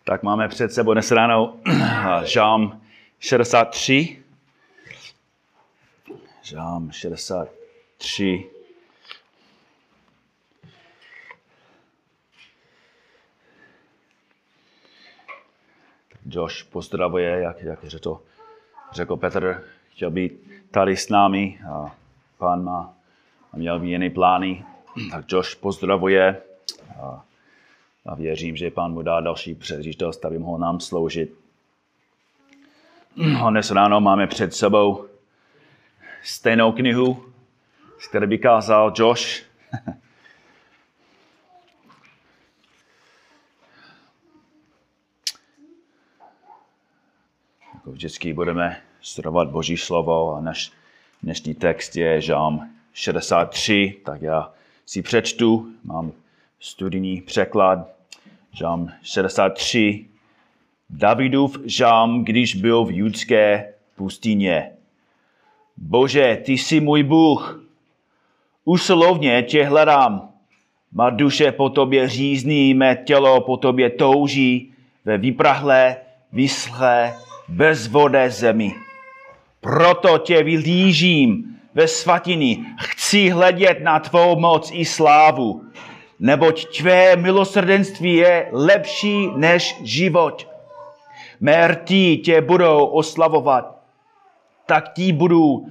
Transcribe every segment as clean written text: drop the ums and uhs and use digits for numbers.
Tak máme před sebou dnes ráno Žálm 63. Žálm 63. Josh pozdravuje, jak řekl Petr, chtěl být tady s námi a pán měl jiné plány. Tak Josh pozdravuje a věřím, že pán mu dá další příležitost, aby mohl nám sloužit. Dnes ráno máme před sebou stejnou knihu, z které by kázal Josh. Jako vždycky budeme studovat Boží slovo a náš dnešní text je Žálm 63, tak já si přečtu, mám studijní překlad. Žálm 63. Davidův žálm, když byl v judské pustině. Bože, ty jsi můj Bůh, usilovně tě hledám. Má duše po tobě řízní, mé tělo po tobě touží ve vyprahlé, vyschlé, bezvodné zemi. Proto tě vylížím ve svatyni, chci hledět na tvou moc i slávu, neboť tvé milosrdenství je lepší než život. Mé rty tě budou oslavovat, tak ti budu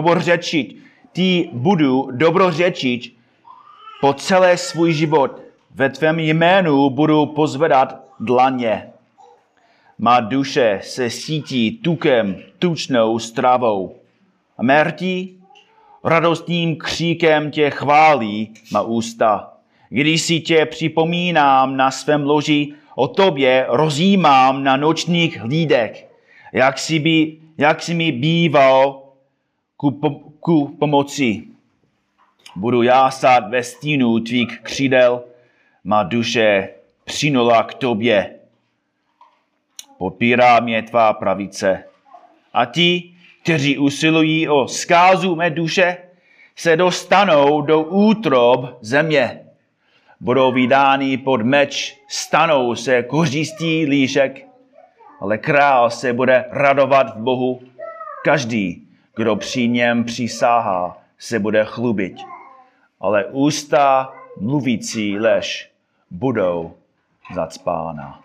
dobrořečit po celé svůj život. Ve tvém jménu budu pozvedat dlaně. Má duše se sítí tukem, tučnou stravou. A mé rty radostným kříkem tě chválí má ústa. Když si tě připomínám na svém loži, o tobě rozjímám na nočních hlídek, jak jsi mi býval ku pomoci. Budu jásat ve stínu tvých křídel, má duše přinula k tobě. Podpírá mě tvá pravice. A ti, kteří usilují o zkázu mé duše, se dostanou do útrob země. Budou vydáni pod meč, stanou se kořistí líšek, ale král se bude radovat v Bohu. Každý, kdo při něm přísahá, se bude chlubit. Ale ústa mluvící lež budou zacpána.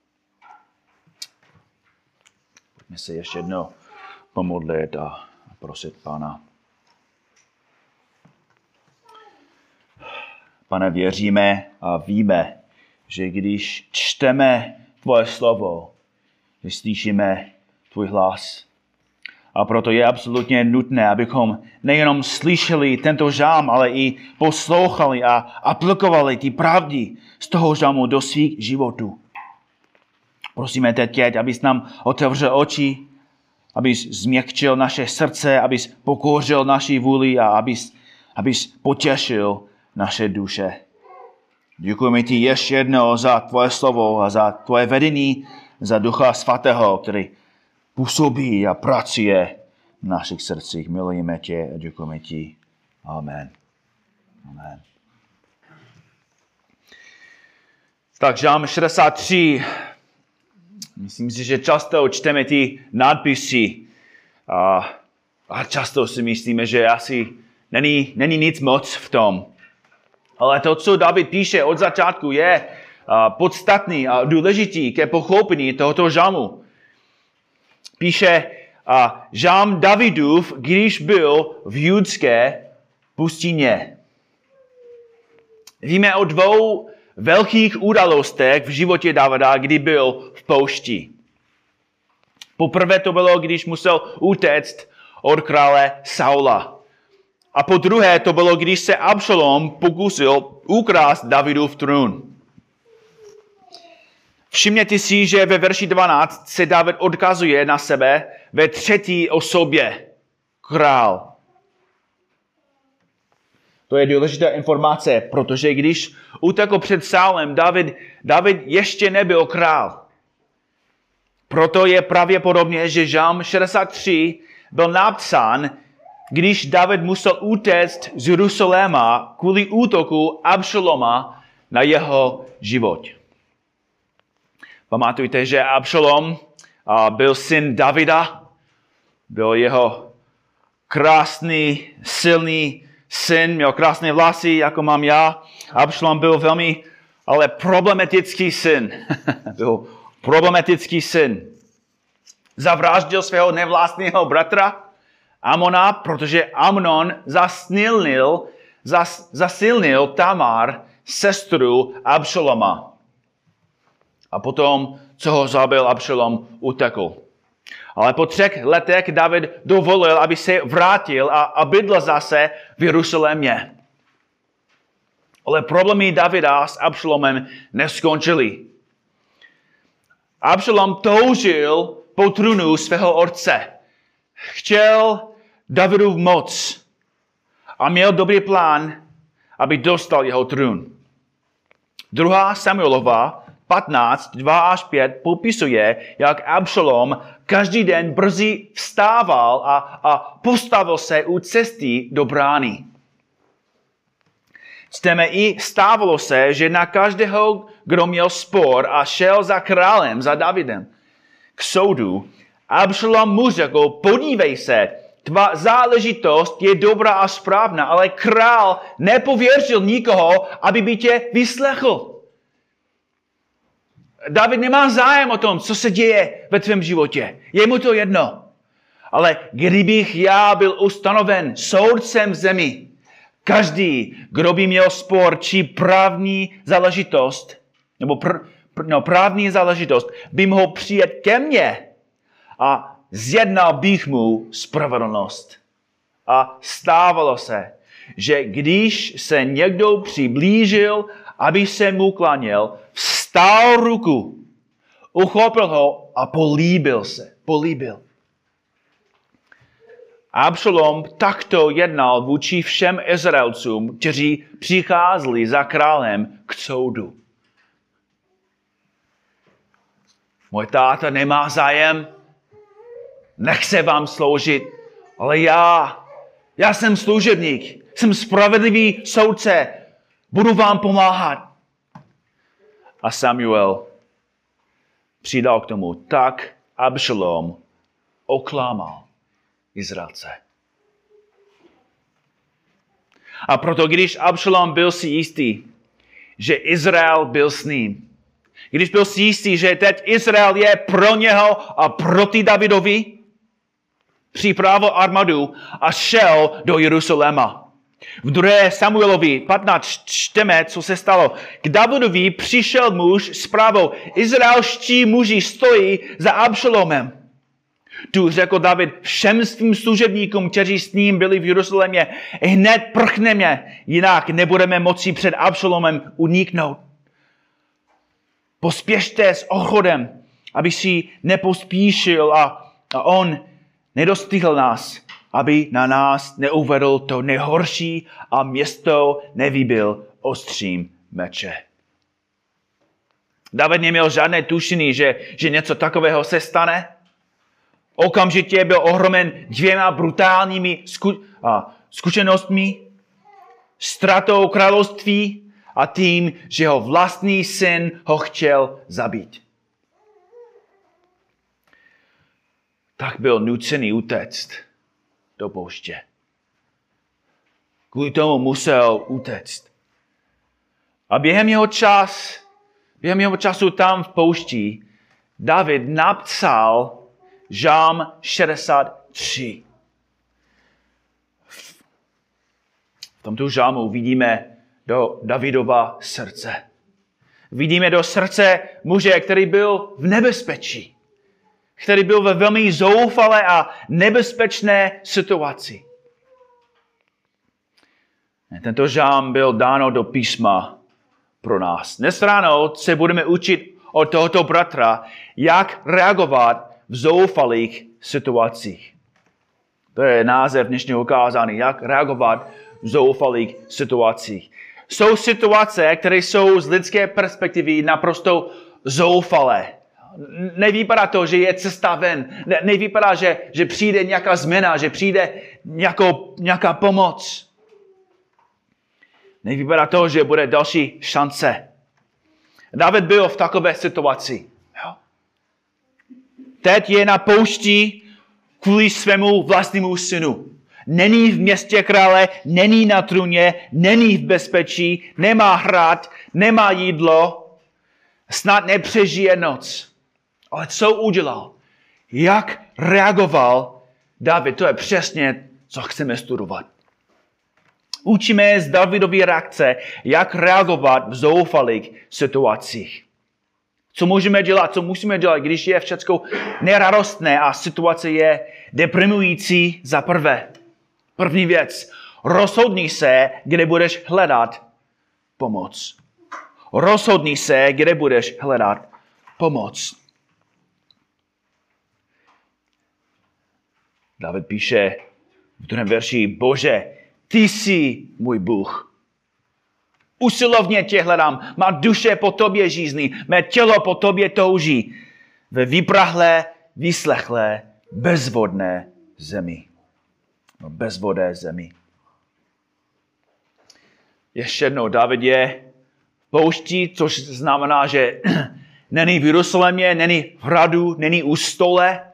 Pojďme se ještě jednou pomodlit a prosit Pána. Pane, věříme a víme, že když čteme tvoje slovo, že slyšíme tvůj hlas. A proto je absolutně nutné, abychom nejenom slyšeli tento žálm, ale i poslouchali a aplikovali ty pravdy z toho žálmu do svých životů. Prosíme teď, abys nám otevřel oči, abys změkčil naše srdce, abys pokořil naši vůli a abys potěšil naše duše. Děkujeme ti ještě jednou za tvoje slovo a za tvoje vedení, za Ducha Svatého, který působí a pracuje v našich srdcích. Milujeme tě a děkujeme ti. Amen. Amen. Tak Žálm 63. Myslím si, že často čteme ty nadpisy a často si myslíme, že asi není nic moc v tom. Ale to, co David píše od začátku, je podstatný a důležitý ke pochopení tohoto žálmu. Píše žálm Davidův, když byl v judské pustině. Víme o dvou velkých událostech v životě Davida, kdy byl v poušti. Poprvé to bylo, když musel utéct od krále Saula. A po druhé to bylo, když se Abšalom pokusil ukrást Davidův trůn. Všimněte si, že ve verši 12 se David odkazuje na sebe ve třetí osobě. Král. To je důležitá informace, protože když utekl před Saulem, David ještě nebyl král. Proto je pravděpodobně, že Žálm 63 byl napsán, když David musel utéct z Jeruzaléma kvůli útoku Abšaloma na jeho život. Pamatujte, že Abšalom byl syn Davida, byl jeho krásný, silný syn, měl krásné vlasy, jako mám já. Abšalom byl velmi, ale problematický syn. Byl problematický syn. Zavraždil svého nevlastního bratra Amona, protože Amnon zasilnil Tamar, sestru Abšaloma. A potom, co ho zabil, Abšalom utekl. Ale po 3 letech David dovolil, aby se vrátil a bydlel zase v Jeruzalémě. Ale problémy Davida s Abšalomem neskončily. Abšalom toužil po trůnu svého otce. Chtěl Davidův moc a měl dobrý plán, aby dostal jeho trůn. 2. Samuelova 15, 2-5 popisuje, jak Abšalom každý den brzy vstával a postavil se u cesty do brány. Čteme i stávalo se, že na každého, kdo měl spor a šel za králem, za Davidem, k soudu, Abšalom mu řekl, podívej se, tvá záležitost je dobrá a správná, ale král nepověřil nikoho, aby by tě vyslechl. David nemá zájem o tom, co se děje ve tvém životě. Je mu to jedno. Ale kdybych já byl ustanoven soudcem v zemi, každý, kdo by měl spor či právní záležitost, právní záležitost, by mohl přijet ke mně a zjednal bych mu spravedlnost. A stávalo se, že když se někdo přiblížil, aby se mu klaněl, vstal ruku, uchopil ho a políbil. Abšalom takto jednal vůči všem Izraelcům, kteří přicházeli za králem k soudu. Můj táta nemá zájem, nechce vám sloužit, ale já jsem služebník, jsem spravedlivý soudce, budu vám pomáhat. A Samuel přidal k tomu, tak Abšalom oklamal Izraelce. A proto, když Abšalom byl si jistý, že Izrael byl s ním, když byl si jistý, že teď Izrael je pro něho a proti Davidovi, připravil armádu a šel do Jeruzaléma. V 2. Samuelovi 15 čteme, co se stalo. K Davidovi přišel muž s zprávou, izraelští muži stojí za Abšalomem. Tu řekl David všem svým služebníkům, kteří s ním byli v Jeruzalémě, hned prchneme, jinak nebudeme moci před Abšalomem uniknout. Pospěšte s ochodem, aby si nepospíšil a on nedostihl nás, aby na nás neuvedl to nejhorší a město nevybil ostřím meče. David neměl žádné tušení, že něco takového se stane. Okamžitě byl ohromen 2 brutálními zkušenostmi, ztratou království a tím, že jeho vlastní syn ho chtěl zabít. Tak byl nucený utéct do pouště. Kvůli tomu musel utéct. A během jeho času tam v poušti David napsal Žálm 63. V tomto žálmu vidíme do Davidova srdce. Vidíme do srdce muže, který byl v nebezpečí. Který byl ve velmi zoufalé a nebezpečné situaci. Tento žálm byl dáno do písma pro nás. Dnes ráno se budeme učit od tohoto bratra, jak reagovat v zoufalých situacích. To je název dnešního kázání, jak reagovat v zoufalých situacích. Jsou situace, které jsou z lidské perspektivy naprosto zoufalé. Nevypadá to, že je cesta ven. Nevypadá, že přijde nějaká změna, že přijde nějaká pomoc. Nevypadá to, že bude další šance. David byl v takové situaci. Teď je na poušti kvůli svému vlastnímu synu. Není v městě krále, není na trůně, není v bezpečí, nemá hrad, nemá jídlo, snad nepřežije noc. Ale co udělal? Jak reagoval David? To je přesně, co chceme studovat. Učíme z Davidovy reakce, jak reagovat v zoufalých situacích. Co můžeme dělat, co musíme dělat, když je všechno neradostné a situace je deprimující za prvé. První věc. Rozhodni se, kde budeš hledat pomoc. Rozhodni se, kde budeš hledat pomoc. David píše v 2. verši: Bože, ty jsi můj Bůh. Usilovně tě hledám, má duše po tobě žízní, mé tělo po tobě touží. Ve vyprahlé, vyschlé, bezvodné zemi. Bezvodné zemi. Ještě jednou, David je v poušti, což znamená, že není v Jeruzalémě, není v hradu, není u stole.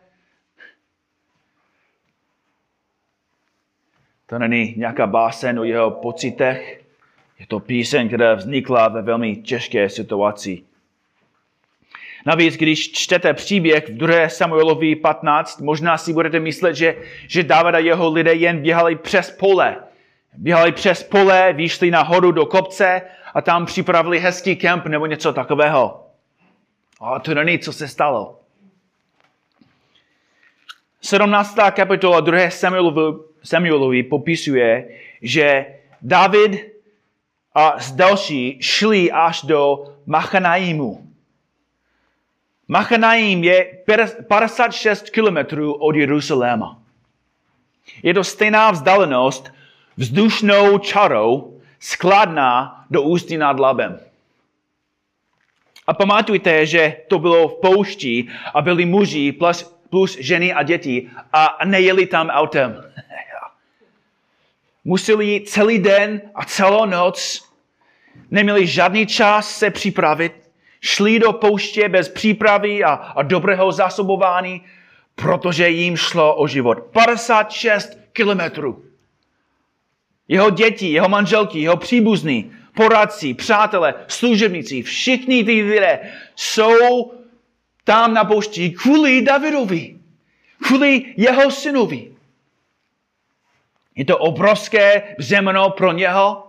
To není nějaká báseň o jeho pocitech. Je to píseň, která vznikla ve velmi těžké situaci. Navíc, když čtete příběh v 2. Samuelovi 15, možná si budete myslet, že David a jeho lidé jen běhali přes pole. Běhali přes pole, vyšli nahoru do kopce a tam připravili hezký kemp nebo něco takového. Ale to není, co se stalo. 17. kapitola 2. Samuelovi popisuje, že David a další šli až do Machanaimu. Machanaim je 56 kilometrů od Jeruzaléma. Je to stejná vzdálenost vzdušnou čarou skladná do Ústí nad Labem. A pamatujte, že to bylo v poušti a byli muži plus ženy a děti a nejeli tam autem. Museli jít celý den a celou noc. Neměli žádný čas se připravit. Šli do pouště bez přípravy a dobrého zásobování, protože jim šlo o život. 56 kilometrů. Jeho děti, jeho manželky, jeho příbuzní, poradci, přátelé, služebníci, všichni ty lidé jsou tam na poušti kvůli Davidovi, kvůli jeho synovi. Je to obrovské břemeno pro něho.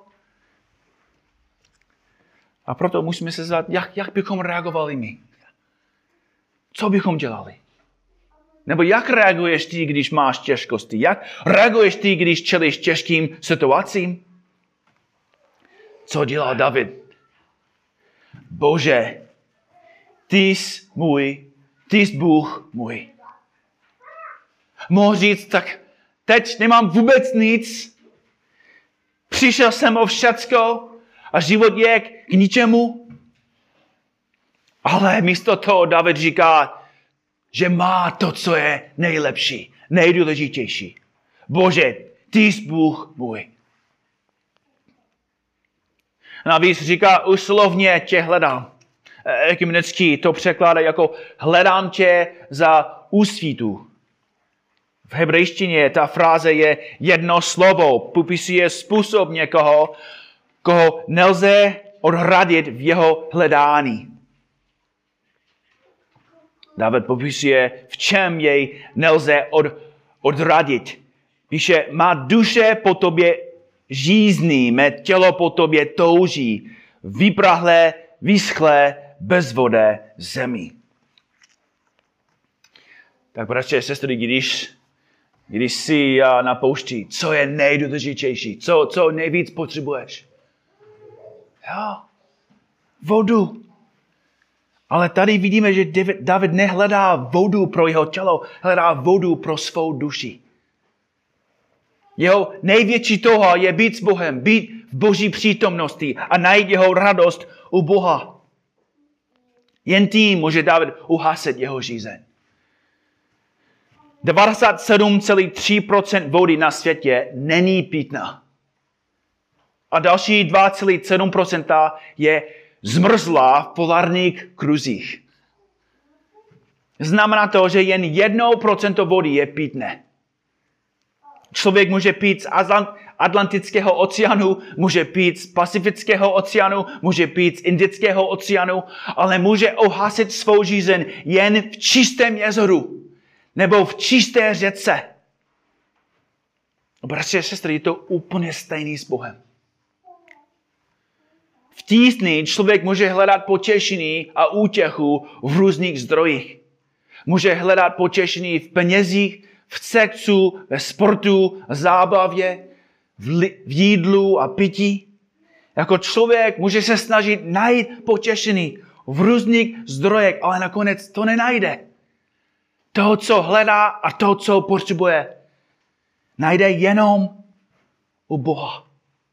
A proto musíme se zeptat, jak bychom reagovali my. Co bychom dělali? Nebo jak reaguješ ty, když máš těžkosti? Jak reaguješ ty, když čelíš těžkým situacím? Co dělal David? Bože, ty jsi můj, ty jsi Bůh můj. Mohu říct, tak teď nemám vůbec nic. Přišel jsem o všecko a život je k ničemu. Ale místo toho David říká, že má to, co je nejlepší, nejdůležitější. Bože, ty jsi Bůh můj. Navíc říká, usilovně tě hledám. Ekumenický to překládá jako hledám tě za úsvitu. V hebrejštině ta fráze je jedno slovo, popisuje způsob někoho, koho nelze odradit v jeho hledání. David popisuje, v čem jej nelze odradit. Píše, má duše po tobě žízní, mé tělo po tobě touží, vyprahlé, vyschlé, bezvodné zemi. Tak bratře a sestry, když jsi na poušti, co je nejdůležitější, co nejvíc potřebuješ? Jo, vodu. Ale tady vidíme, že David nehledá vodu pro jeho tělo, hledá vodu pro svou duši. Jeho největší touha je být s Bohem, být v Boží přítomnosti a najít jeho radost u Boha. Jen tím může David uhasit jeho žízeň. 97,3% vody na světě není pitná. A další 2,7% je zmrzlá v polárních kruzích. Znamená to, že jen 1% vody je pitné. Člověk může pít z Atlantického oceánu, může pít z Pacifického oceánu, může pít z Indického oceánu, ale může ohasit svou žízeň jen v čistém jezeru nebo v čisté řece. Bratři a sestry, je to úplně stejný s Bohem. V tísni člověk může hledat potěšení a útěchu v různých zdrojích. Může hledat potěšení v penězích, v sexu, ve sportu, zábavě, v jídlu a pití. Jako člověk může se snažit najít potěšení v různých zdrojích, ale nakonec to nenajde. To, co hledá a to, co potřebuje, najde jenom u Boha.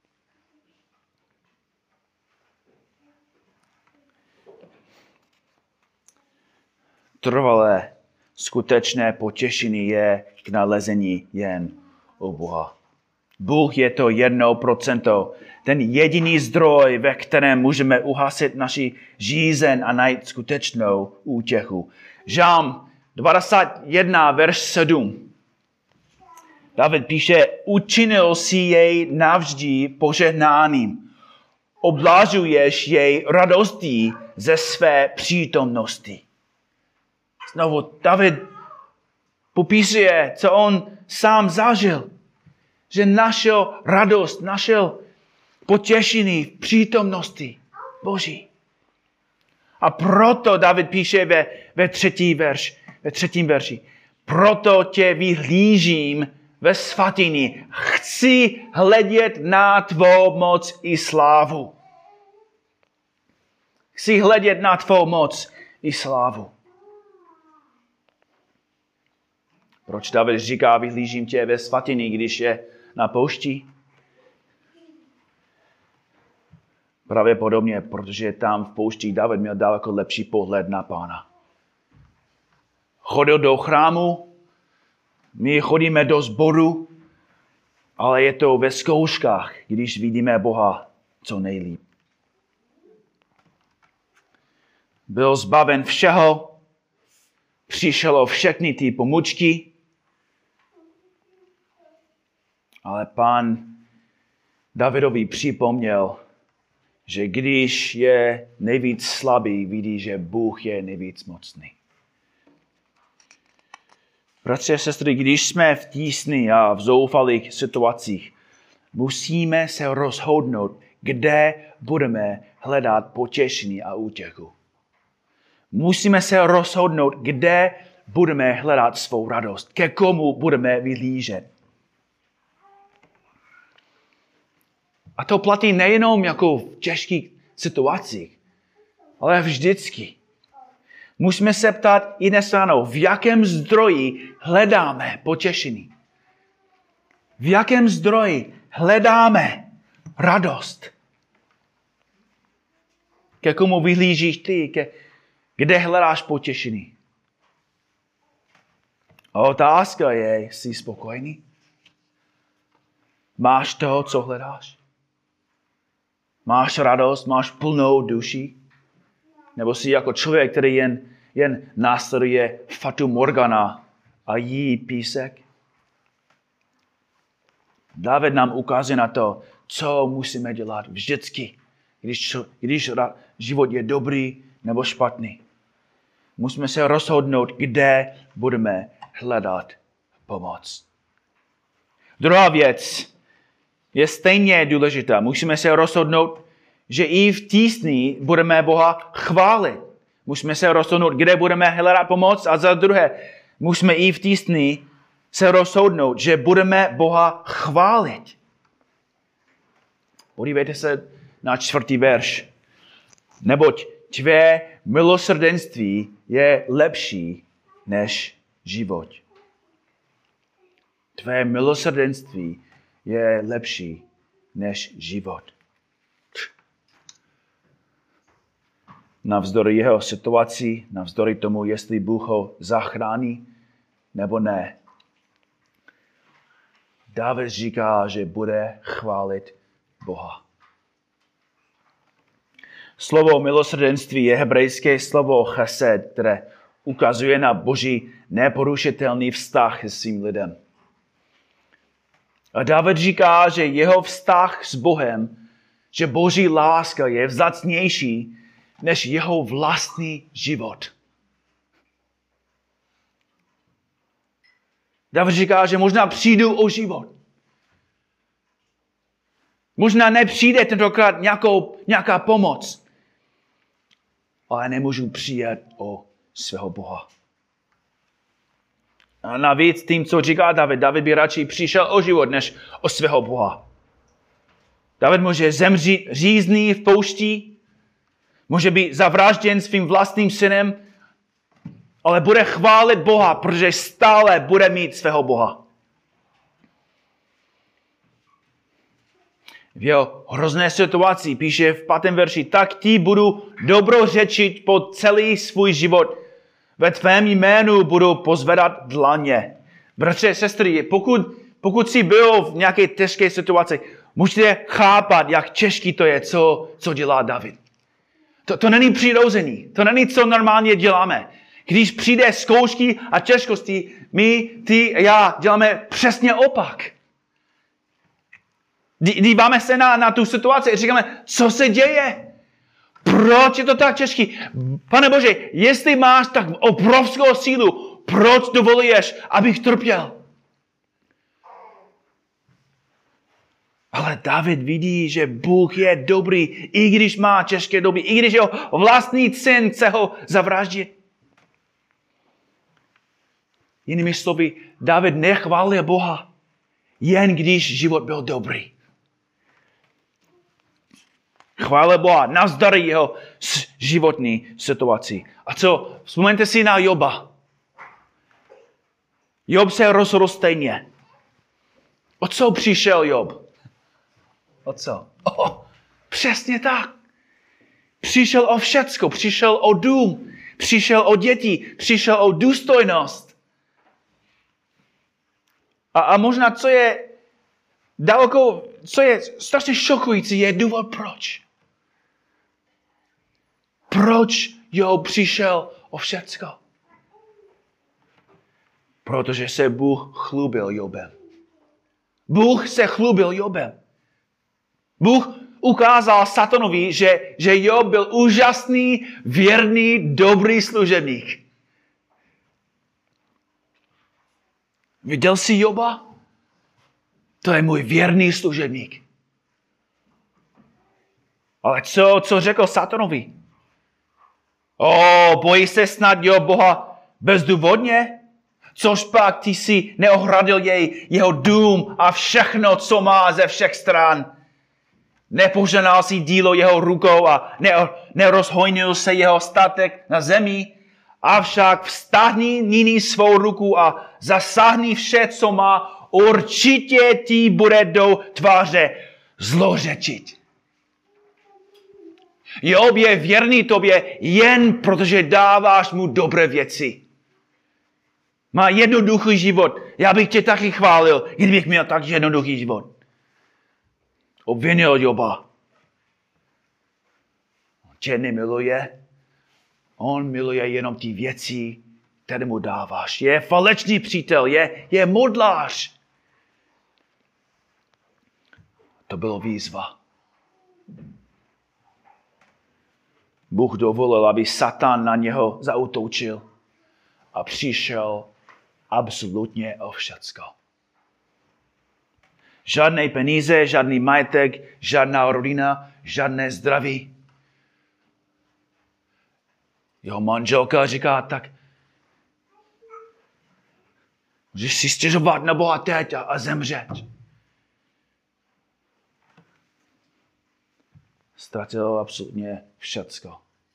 Trvalé, skutečné potěšení je k nalezení jen u Boha. Bůh je to 1%, ten jediný zdroj, ve kterém můžeme uhasit naši žízeň a najít skutečnou útěchu. Žálm 21, verš 7. David píše, učinil si jej navždy požehnáným. Oblažuješ jej radostí ze své přítomnosti. Znovu David popisuje, co on sám zažil. Že našel radost, našel potěšení v přítomnosti Boží. A proto David píše ve třetím verši. Proto tě vyhlížím ve svatyni. Chci hledět na tvou moc i slávu. Chci hledět na tvou moc i slávu. Proč David říká, vyhlížím tě ve svatyni, když je na poušti? Pravděpodobně, protože tam v poušti David měl daleko lepší pohled na Pána. Chodil do chrámu, my chodíme do sboru, ale je to ve zkouškách, když vidíme Boha co nejlíp. Byl zbaven všeho, přišel o všechny ty pomůcky, ale Pán Davidovi připomněl, že když je nejvíc slabý, vidí, že Bůh je nejvíc mocný. Bratři a sestry, když jsme v tísni a v zoufalých situacích, musíme se rozhodnout, kde budeme hledat potěšení a útěchu. Musíme se rozhodnout, kde budeme hledat svou radost, ke komu budeme vyhlížet. A to platí nejenom jako v těžkých situacích, ale vždycky. Musíme se ptát jiné stranou, v jakém zdroji hledáme potěšení. V jakém zdroji hledáme radost. Ke komu vyhlížíš ty, kde hledáš potěšení. A otázka je, jsi spokojený? Máš to, co hledáš? Máš radost, máš plnou duši? Nebo jsi jako člověk, který jen následuje fatu morgana a jí písek? David nám ukazuje na to, co musíme dělat vždycky, když život je dobrý nebo špatný. Musíme se rozhodnout, kde budeme hledat pomoc. Druhá věc je stejně důležitá. Musíme se rozhodnout, že i v tísni budeme Boha chválit. Musíme se rozhodnout, kde budeme hledat pomoc. A za druhé, musíme i v tísni se rozhodnout, že budeme Boha chválit. Podívejte se na 4. verš. Neboť tvé milosrdenství je lepší než život. Tvé milosrdenství je lepší než život. Navzdory jeho situaci, navzdory tomu, jestli Bůh ho zachrání nebo ne. David říká, že bude chválit Boha. Slovo milosrdenství je hebrejské slovo chesed, které ukazuje na Boží neporušitelný vztah s svým lidem. A David říká, že jeho vztah s Bohem, že Boží láska je vzácnější než jeho vlastní život. David říká, že možná přijdu o život. Možná nepřijde tentokrát nějaká pomoc, ale nemůžu přijet o svého Boha. A navíc tím, co říká David by radši přišel o život, než o svého Boha. David může zemřít řízný v poušti, může být zavražděn svým vlastním synem, ale bude chválit Boha, protože stále bude mít svého Boha. V jeho hrozné situaci píše v 5. verši, tak ti budu dobrořečit po celý svůj život. Ve tvém jménu budu pozvedat dlaně. Bratře, sestry, pokud jsi byl v nějaké těžké situaci, můžete chápat, jak těžký to je, co dělá David. To není přirozený, to není, co normálně děláme. Když přijde zkoušky a těžkosti, my, ty a já děláme přesně opak. Díváme se na tu situaci a říkáme, co se děje? Proč je to tak těžký? Pane Bože, jestli máš tak obrovskou sílu, proč dovoluješ, abych trpěl? Ale David vidí, že Bůh je dobrý, i když má těžké doby, i když jeho vlastní syn chce ho zavraždit. Jinými slovy, David nechválil Boha, jen když život byl dobrý. Chválil Boha navzdory jeho životní situaci. A co? Vzpomeňte si na Joba. Job se rozhodl stejně. O co přišel Job? O co? Přesně tak. Přišel o všecko. Přišel o dům. Přišel o děti. Přišel o důstojnost. A možná, co je strašně šokující, je důvod proč. Proč Job přišel o všecko? Protože se Bůh chlubil Jobem. Bůh se chlubil Jobem. Bůh ukázal Satanovi, že Job byl úžasný, věrný, dobrý služebník. Viděl jsi Joba? To je můj věrný služebník. Ale co řekl Satanovi? Bojí se snad Job Boha bezdůvodně? Což pak ty si neohradil jeho dům a všechno, co má ze všech stran. Nepoženal si dílo jeho rukou a nerozhojnil se jeho statek na zemi. Avšak vztáhni nyní svou ruku a zasáhni vše, co má, určitě ti bude do tváře zlořečit. Job je věrný tobě jen protože dáváš mu dobré věci. Má jednoduchý život. Já bych tě taky chválil, kdybych měl tak jednoduchý život. Obvinil Joba. On tě nemiluje. On miluje jenom ty věci, které mu dáváš. Je falešný přítel, je modlář. To bylo výzva. Bůh dovolil, aby Satan na něho zaútočil a přišel absolutně o všecko. Žádné peníze, žádný majetek, žádná rodina, žádné zdraví. Jeho manželka říká, tak můžeš si stěžovat na Boha teď a zemřet. Ztratil absolutně všecko.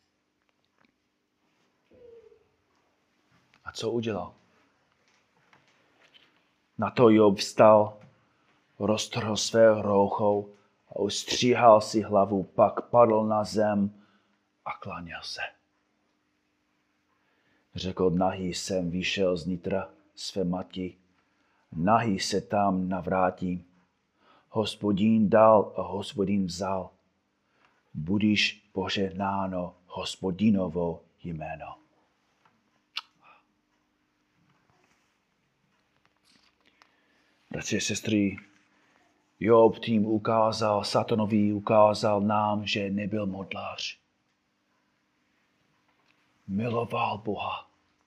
A co udělal? Na to Job vstal, roztrhl své roucho a ustříhal si hlavu, pak padl na zem a klaněl se. Řekl, nahý jsem vyšel z nitra své matky, nahý se tam navrátím. Hospodin dal a Hospodin vzal. Budíš požehnáno Hospodinovo jméno. Bratři a sestry, Job tím ukázal, Satanovi ukázal nám, že nebyl modlář. Miloval Boha.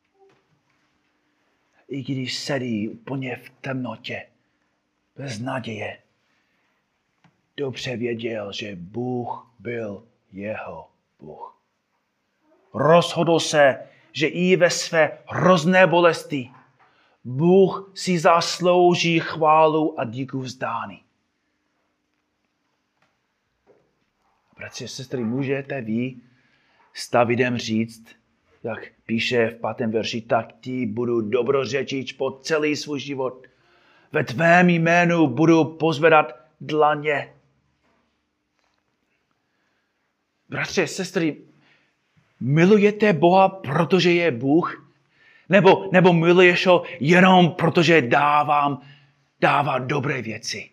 I když sedí úplně v temnotě, bez naděje, dobře věděl, že Bůh byl jeho Bůh. Rozhodl se, že i ve své hrozné bolesti Bůh si zaslouží chválu a díku vzdání. Bratři a sestry, můžete vy s Davidem říct, jak píše v 5. verši, tak ti budu dobrořečič po celý svůj život. Ve tvém jménu budu pozvedat dlaně. Bratři a sestry, milujete Boha, protože je Bůh? Nebo miluješ ho jenom protože dává dobré věci?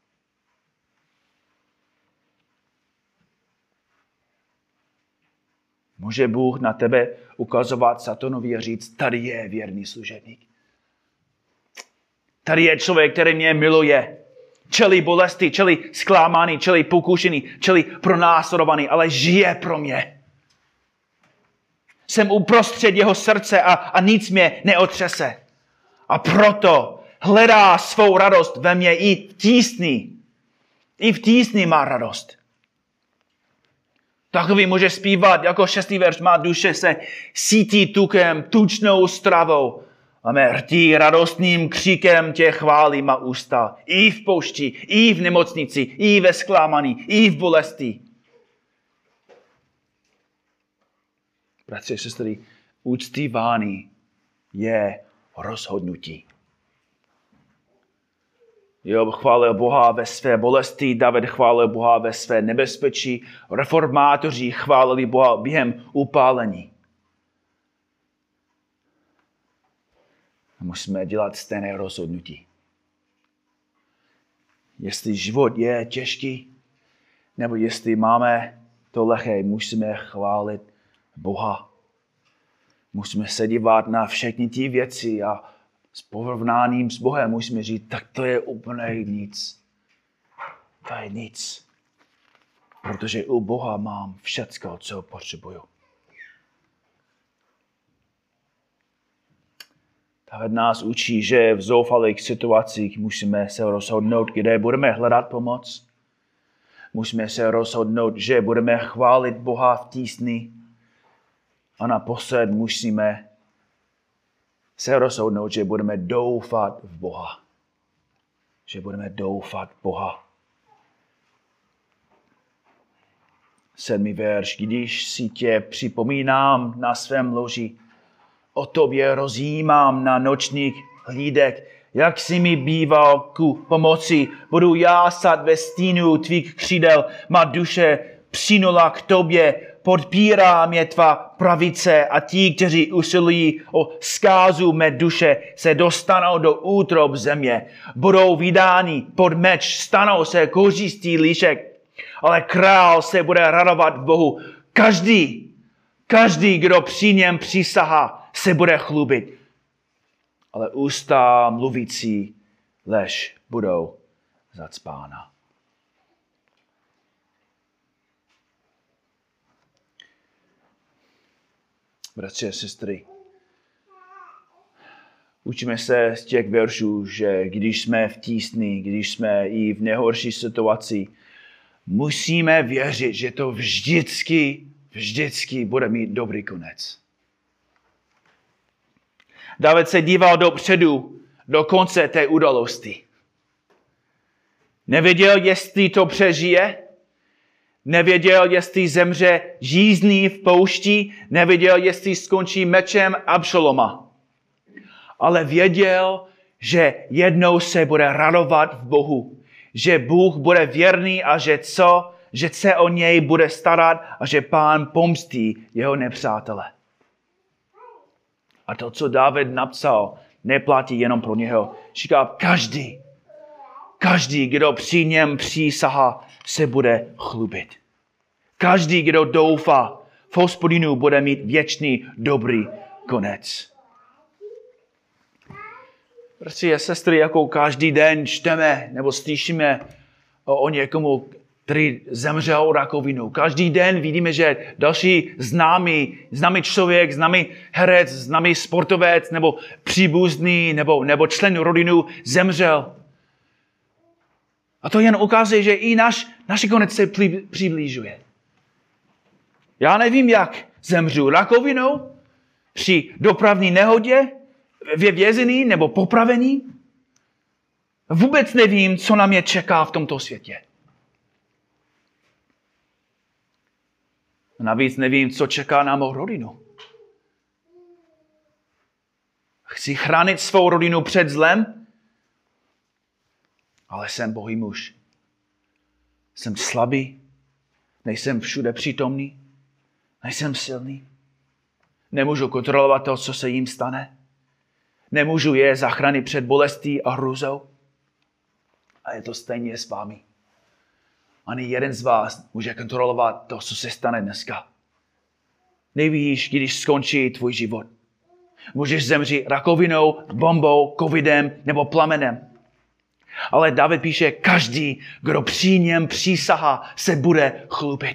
Může Bůh na tebe ukazovat Satanovi a říct, tady je věrný služebník. Tady je člověk, který mě miluje. Čelí bolesti, čelí zklamání, čelí pokušení, čelí pronásledovaný, ale žije pro mě. Jsem uprostřed jeho srdce a nic mě neotřese. A proto hledá svou radost ve mně i v tísni. I v tísni má radost. Takový může zpívat, jako 6. verš, má duše se sítí tukem, tučnou stravou. A mé rtí radostným kříkem tě chválí má ústa. I v poušti, i v nemocnici, i ve zklamání, i v bolesti. Bratři a sestry, uctívání je rozhodnutí. Job chválil Boha ve své bolesti, David chválil Boha ve své nebezpečí, reformátoři chválili Boha během upálení. Musíme dělat stejné rozhodnutí. Jestli život je těžký, nebo jestli máme to lehké, musíme chválit Boha. Musíme se dívat na všechny ty věci a s porovnáním s Bohem musíme říct, tak to je úplně nic. To je nic. Protože u Boha mám všecko, co potřebuju. David nás učí, že v zoufalých situacích musíme se rozhodnout, kde budeme hledat pomoc. Musíme se rozhodnout, že budeme chválit Boha v tísni. A naposled musíme se rozhodnout, že budeme doufat v Boha. Že budeme doufat v Boha. 7. verš. Když si tě připomínám na svém loži, o tobě rozjímám na nočních hlídek, jak jsi mi býval ku pomoci, budu jásat ve stínu tvých křídel, má duše přinula k tobě, podpírá mě tvá pravice a ti, kteří usilují o zkázu mé duše, se dostanou do útrob země. Budou vydáni pod meč, stanou se kořistý líšek, ale král se bude radovat v Bohu. Každý, kdo při něm přísahá, se bude chlubit. Ale ústa mluvící lež budou zacpána. Bratři a sestry, učíme se z těch veršů, že když jsme v tísni, když jsme i v nejhorší situaci, musíme věřit, že to vždycky bude mít dobrý konec. David se díval dopředu, do konce té události. Nevěděl, jestli to přežije, nevěděl, jestli zemře žízní v poušti, nevěděl, jestli skončí mečem Abšaloma. Ale věděl, že jednou se bude radovat v Bohu, že Bůh bude věrný a že se o něj bude starat a že Pán pomstí jeho nepřátele. A to, co David napsal, neplatí jenom pro něho. Říká, každý, kdo při něm přísahá, se bude chlubit. Každý, kdo doufá v Hospodinu, bude mít věčný dobrý konec. bratři a sestry, jako každý den čteme nebo slyšíme o někomu, který zemřel rakovinou. Každý den vidíme, že další známý člověk, známý herec, známý sportovec nebo příbuzný nebo člen rodinu zemřel. A to jen ukazuje, že i náš konec se přiblížuje. Já nevím, jak zemřu rakovinou, při dopravní nehodě, ve vězení nebo popravení. Vůbec nevím, co na mě čeká v tomto světě. Navíc nevím, co čeká na mou rodinu. Chci chránit svou rodinu před zlem, ale jsem bohý muž. Jsem slabý, nejsem všude přítomný, nejsem silný. Nemůžu kontrolovat to, co se jim stane. Nemůžu je zachránit před bolestí a hrůzou. A je to stejně s vámi. Ani jeden z vás může kontrolovat to, co se stane dneska. Nevíš, když skončí tvůj život. Můžeš zemřít rakovinou, bombou, covidem nebo plamenem. Ale David píše, každý, kdo při něm přísahá, se bude chlubit.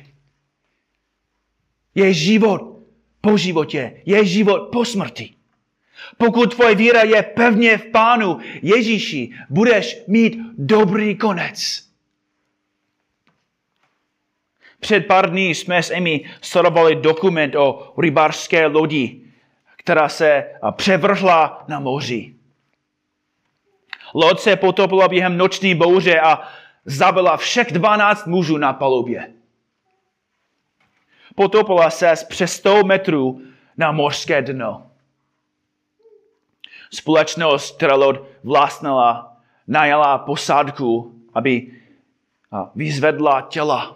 Je život po životě, je život po smrti. Pokud tvoje víra je pevně v Pánu Ježíši, budeš mít dobrý konec. Před pár dní jsme s Amy sledovali dokument o rybářské lodi, která se převrhla na moři. Loď se potopila během noční bouře a zabila všech 12 mužů na palubě. Potopila se přes 100 metrů na mořské dno. Společnost, která loď vlastnila, najala posádku, aby vyzvedla těla.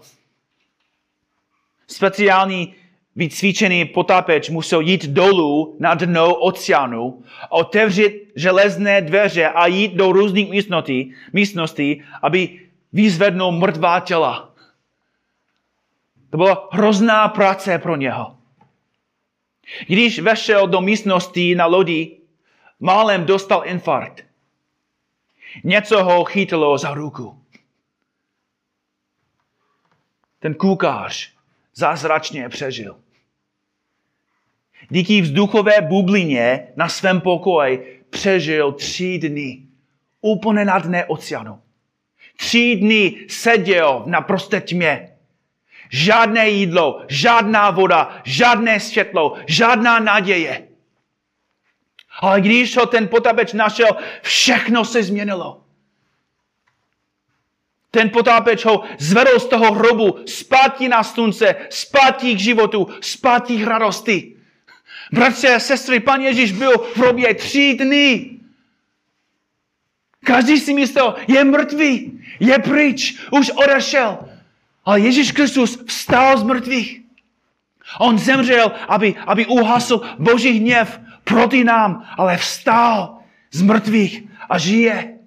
Speciální vycvičený potápěč musel jít dolů na dno oceánu, otevřít železné dveře a jít do různých místností, aby vyzvednul mrtvá těla. To byla hrozná práce pro něho. Když vešel do místnosti na lodi, málem dostal infarkt. Něco ho chytilo za ruku. Ten kuchař zázračně přežil. Díky vzduchové bublině na svém pokoji přežil 3 dny. Úplně na dně oceánu. 3 dny seděl v naprosté tmě. Žádné jídlo, žádná voda, žádné světlo, žádná naděje. Ale když ho ten potápěč našel, všechno se změnilo. Ten potápěč ho zvedl z toho hrobu zpátky na slunce, zpátky k životu, zpátky k radosti. Bratři a sestry, Pán Ježíš byl v hrobě 3 dny. Každý si myslel, je mrtvý, je pryč, už odešel. Ale Ježíš Kristus vstal z mrtvých. On zemřel, aby uhasl Boží hněv proti nám, ale vstal z mrtvých a žije.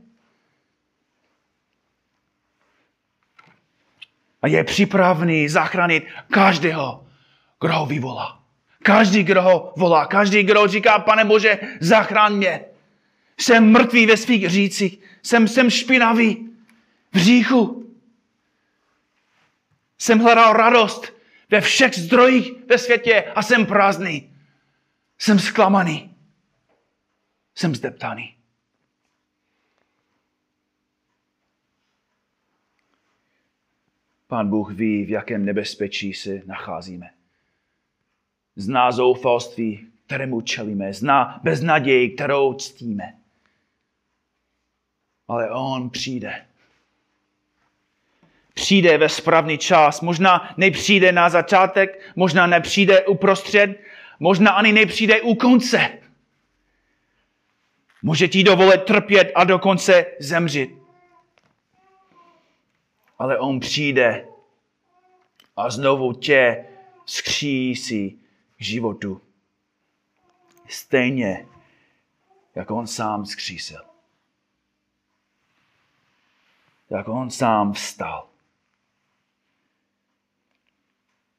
A je připravený zachránit každého, kdo ho vyvolá. Každý, kdo ho volá, každý, kdo říká, Pane Bože, zachraň mě. Jsem mrtvý ve svých hřících, jsem špinavý v hříchu. Jsem hledal radost ve všech zdrojích ve světě a jsem prázdný. Jsem zklamaný. Jsem zdeptaný. Pán Bůh ví, v jakém nebezpečí se nacházíme. Zná zoufalství, kterému čelíme. Zná beznaději, kterou ctíme. Ale on přijde. Přijde ve správný čas. Možná nepřijde na začátek, možná nepřijde uprostřed, možná ani nepřijde u konce. Může ti dovolit trpět a dokonce zemřít. Ale on přijde a znovu tě vzkřísí k životu. Stejně, jako on sám vzkřísil. Jako on sám vstal.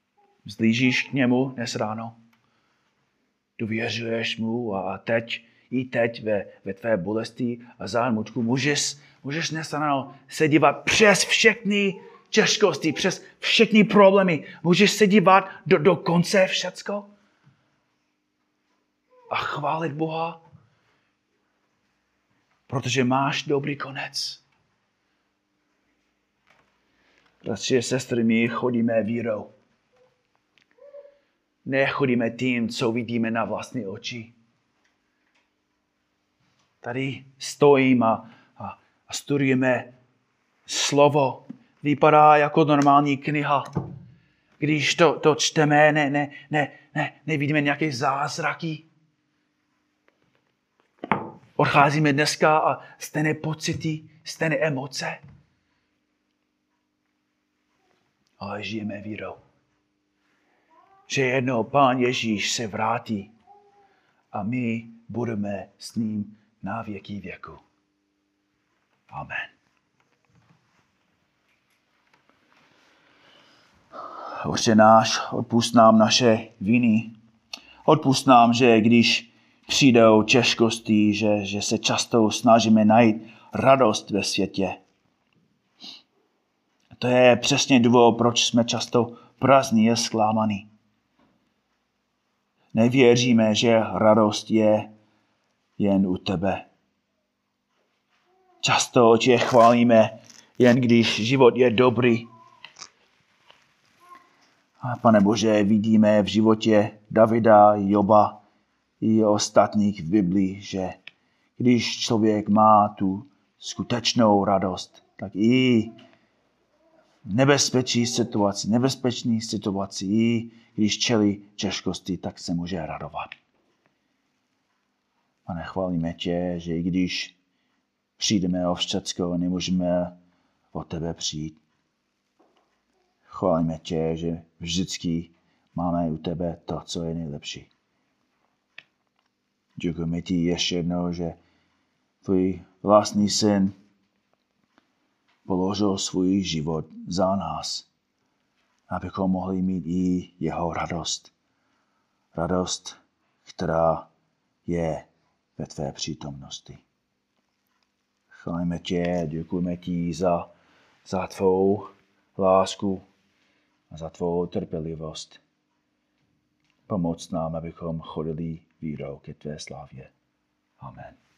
Vzlížíš k němu dnes ráno? Důvěřuješ mu a teď i teď ve tvé bolesti a zármutku můžeš dnes ráno se dívat přes všechny těžkosti, přes všechny problémy. Můžeš se dívat do konce všecko a chválit Boha, protože máš dobrý konec. Bratři a sestry, my chodíme vírou. Nechodíme tím, co vidíme na vlastní oči. Tady stojím a studujeme slovo. Vypadá jako normální kniha. Když to čteme, nevidíme nějaké zázraky. Odcházíme dneska a stejné pocity, stejné emoce. Ale žijeme vírou. Že jednou Pán Ježíš se vrátí a my budeme s ním na věky věku. Amen. Otče náš, odpusť nám naše viny. Odpusť nám, že když přijdou těžkosti, že se často snažíme najít radost ve světě. To je přesně důvod, proč jsme často prázdní a zklamaní. Nevěříme, že radost je jen u tebe. Často tě chválíme, jen když život je dobrý. A Pane Bože, vidíme v životě Davida, Joba i ostatních v Biblii, že když člověk má tu skutečnou radost, tak i nebezpečný situaci, i když čelí těžkosti, tak se může radovat. Pane, chválíme tě, že i když přijdeme o všecko, nemůžeme od tebe přijít. Chválíme tě, že vždycky máme u tebe to, co je nejlepší. Děkujeme ti ještě jednou, že tvůj vlastní syn položil svůj život za nás, abychom mohli mít i jeho radost. Radost, která je ve tvé přítomnosti. Chválíme tě, děkujeme ti za tvou lásku a za tvou trpělivost. Pomoc nám, abychom chodili vírou ke tvé slávě. Amen.